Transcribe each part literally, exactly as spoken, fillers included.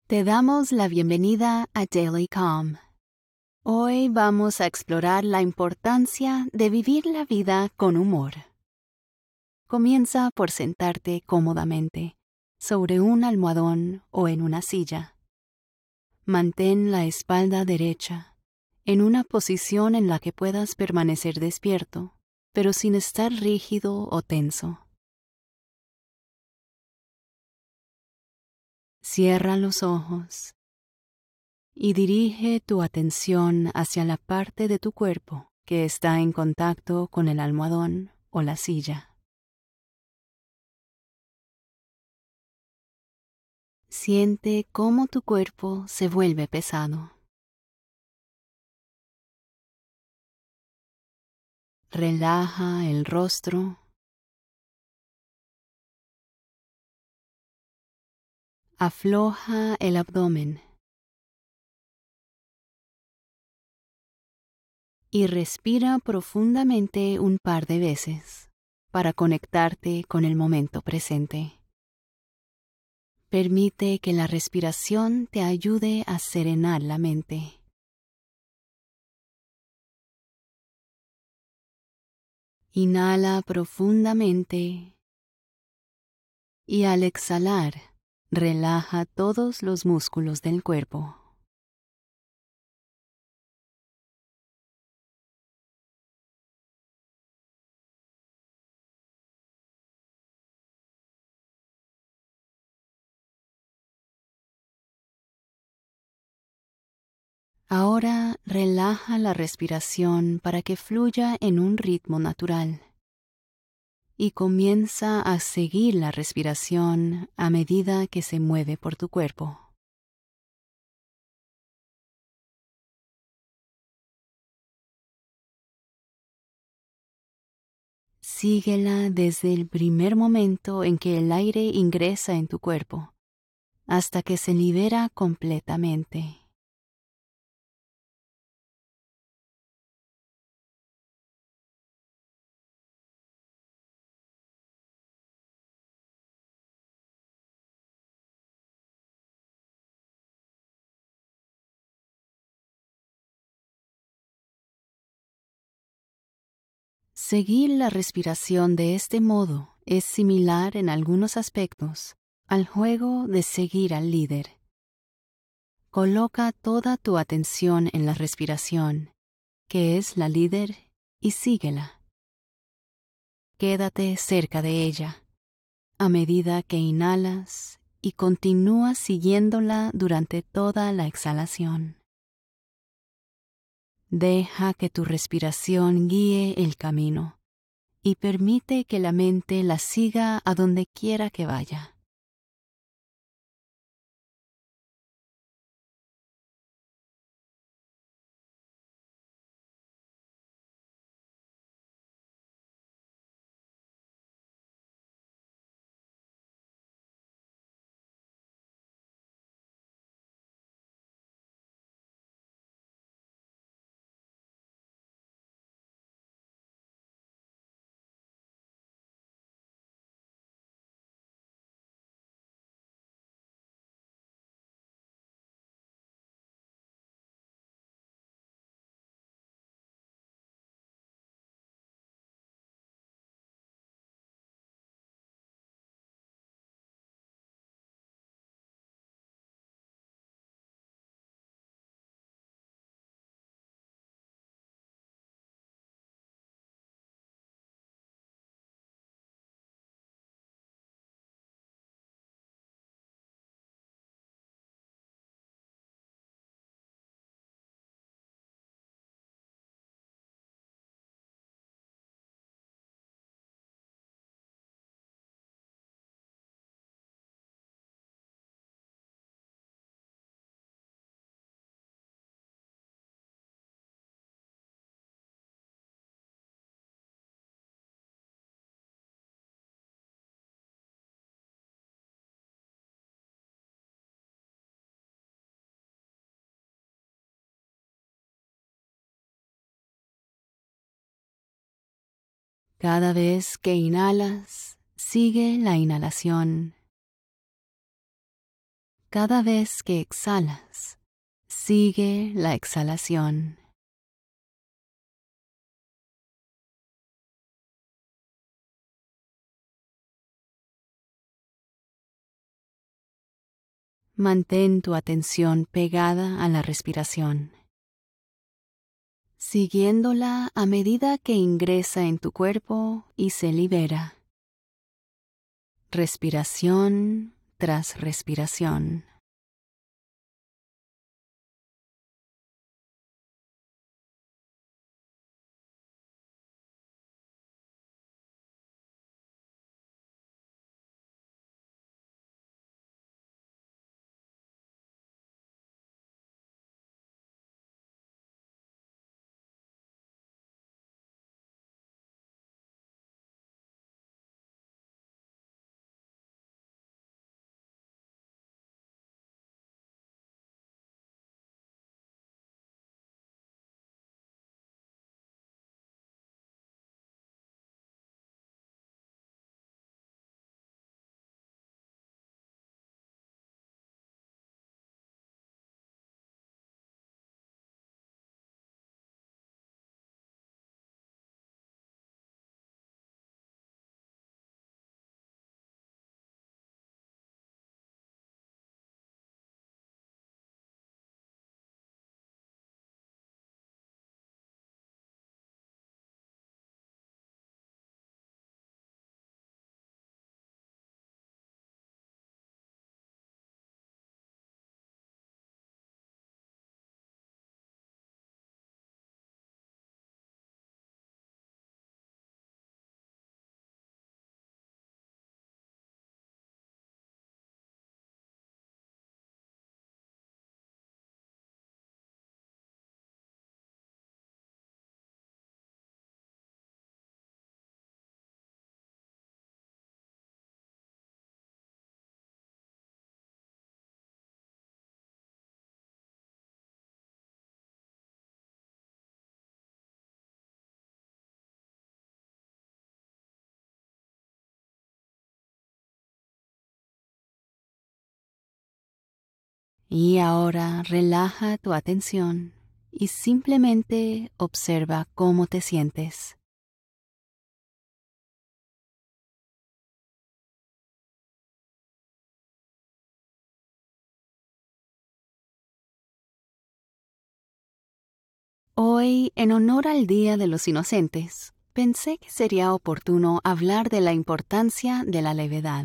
Te damos la bienvenida a Daily Calm. Hoy vamos a explorar la importancia de vivir la vida con humor. Comienza por sentarte cómodamente, sobre un almohadón o en una silla. Mantén la espalda derecha, en una posición en la que puedas permanecer despierto, pero sin estar rígido o tenso. Cierra los ojos y dirige tu atención hacia la parte de tu cuerpo que está en contacto con el almohadón o la silla. Siente cómo tu cuerpo se vuelve pesado. Relaja el rostro. Afloja el abdomen. Y respira profundamente un par de veces para conectarte con el momento presente. Permite que la respiración te ayude a serenar la mente. Inhala profundamente y al exhalar, relaja todos los músculos del cuerpo. Ahora relaja la respiración para que fluya en un ritmo natural y comienza a seguir la respiración a medida que se mueve por tu cuerpo. Síguela desde el primer momento en que el aire ingresa en tu cuerpo hasta que se libera completamente. Seguir la respiración de este modo es similar en algunos aspectos al juego de seguir al líder. Coloca toda tu atención en la respiración, que es la líder, y síguela. Quédate cerca de ella, a medida que inhalas y continúa siguiéndola durante toda la exhalación. Deja que tu respiración guíe el camino y permite que la mente la siga a donde quiera que vaya. Cada vez que inhalas, sigue la inhalación. Cada vez que exhalas, sigue la exhalación. Mantén tu atención pegada a la respiración, siguiéndola a medida que ingresa en tu cuerpo y se libera. Respiración tras respiración. Y ahora relaja tu atención y simplemente observa cómo te sientes. Hoy, en honor al Día de los Inocentes, pensé que sería oportuno hablar de la importancia de la levedad.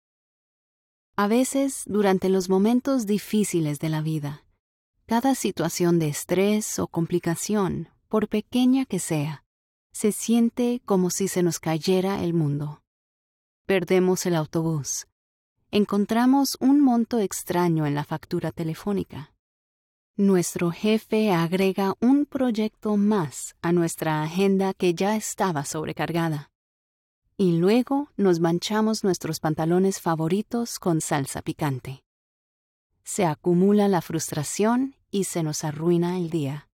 A veces, durante los momentos difíciles de la vida, cada situación de estrés o complicación, por pequeña que sea, se siente como si se nos cayera el mundo. Perdemos el autobús. Encontramos un monto extraño en la factura telefónica. Nuestro jefe agrega un proyecto más a nuestra agenda que ya estaba sobrecargada. Y luego nos manchamos nuestros pantalones favoritos con salsa picante. Se acumula la frustración y se nos arruina el día.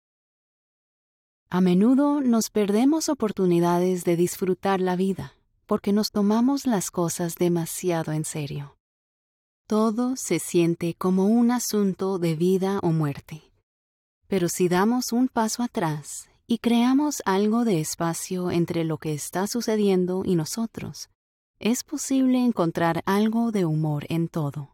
A menudo nos perdemos oportunidades de disfrutar la vida porque nos tomamos las cosas demasiado en serio. Todo se siente como un asunto de vida o muerte. Pero si damos un paso atrás y creamos algo de espacio entre lo que está sucediendo y nosotros, es posible encontrar algo de humor en todo.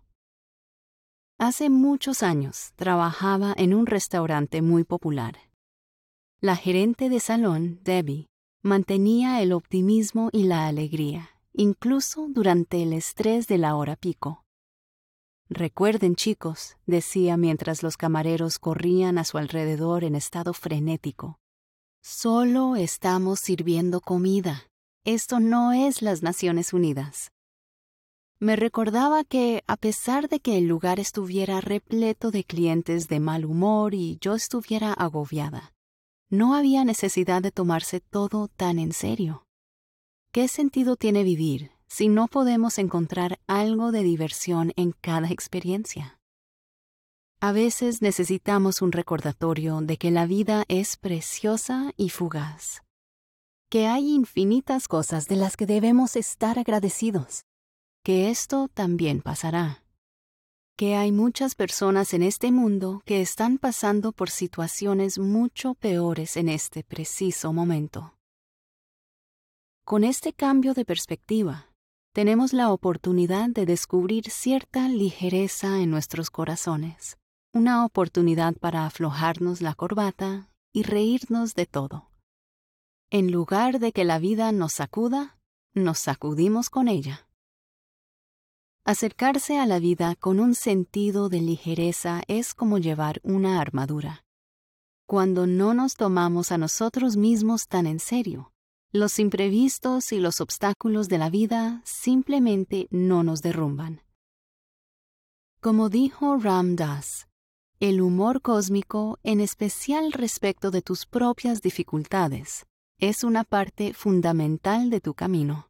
Hace muchos años trabajaba en un restaurante muy popular. La gerente de salón, Debbie, mantenía el optimismo y la alegría, incluso durante el estrés de la hora pico. Recuerden, chicos, decía mientras los camareros corrían a su alrededor en estado frenético. Solo estamos sirviendo comida. Esto no es las Naciones Unidas. Me recordaba que, a pesar de que el lugar estuviera repleto de clientes de mal humor y yo estuviera agobiada, no había necesidad de tomarse todo tan en serio. ¿Qué sentido tiene vivir si no podemos encontrar algo de diversión en cada experiencia? A veces necesitamos un recordatorio de que la vida es preciosa y fugaz, que hay infinitas cosas de las que debemos estar agradecidos, que esto también pasará. que hay muchas personas en este mundo que están pasando por situaciones mucho peores en este preciso momento. Con este cambio de perspectiva, tenemos la oportunidad de descubrir cierta ligereza en nuestros corazones, una oportunidad para aflojarnos la corbata y reírnos de todo. En lugar de que la vida nos sacuda, nos sacudimos con ella. Acercarse a la vida con un sentido de ligereza es como llevar una armadura. Cuando no nos tomamos a nosotros mismos tan en serio, los imprevistos y los obstáculos de la vida simplemente no nos derrumban. Como dijo Ram Dass, el humor cósmico, en especial respecto de tus propias dificultades, es una parte fundamental de tu camino.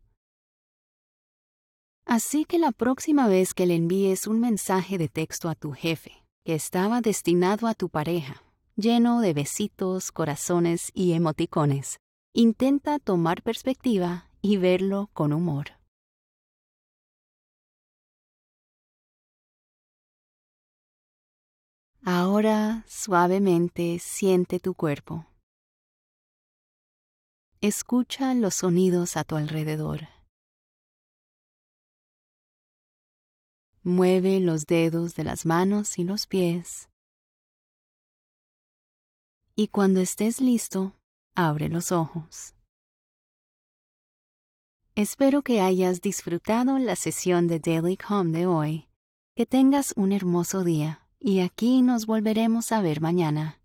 Así que la próxima vez que le envíes un mensaje de texto a tu jefe, que estaba destinado a tu pareja, lleno de besitos, corazones y emoticones, intenta tomar perspectiva y verlo con humor. Ahora, suavemente, siente tu cuerpo. Escucha los sonidos a tu alrededor. Mueve los dedos de las manos y los pies. Y cuando estés listo, abre los ojos. Espero que hayas disfrutado la sesión de Daily Calm de hoy. Que tengas un hermoso día y aquí nos volveremos a ver mañana.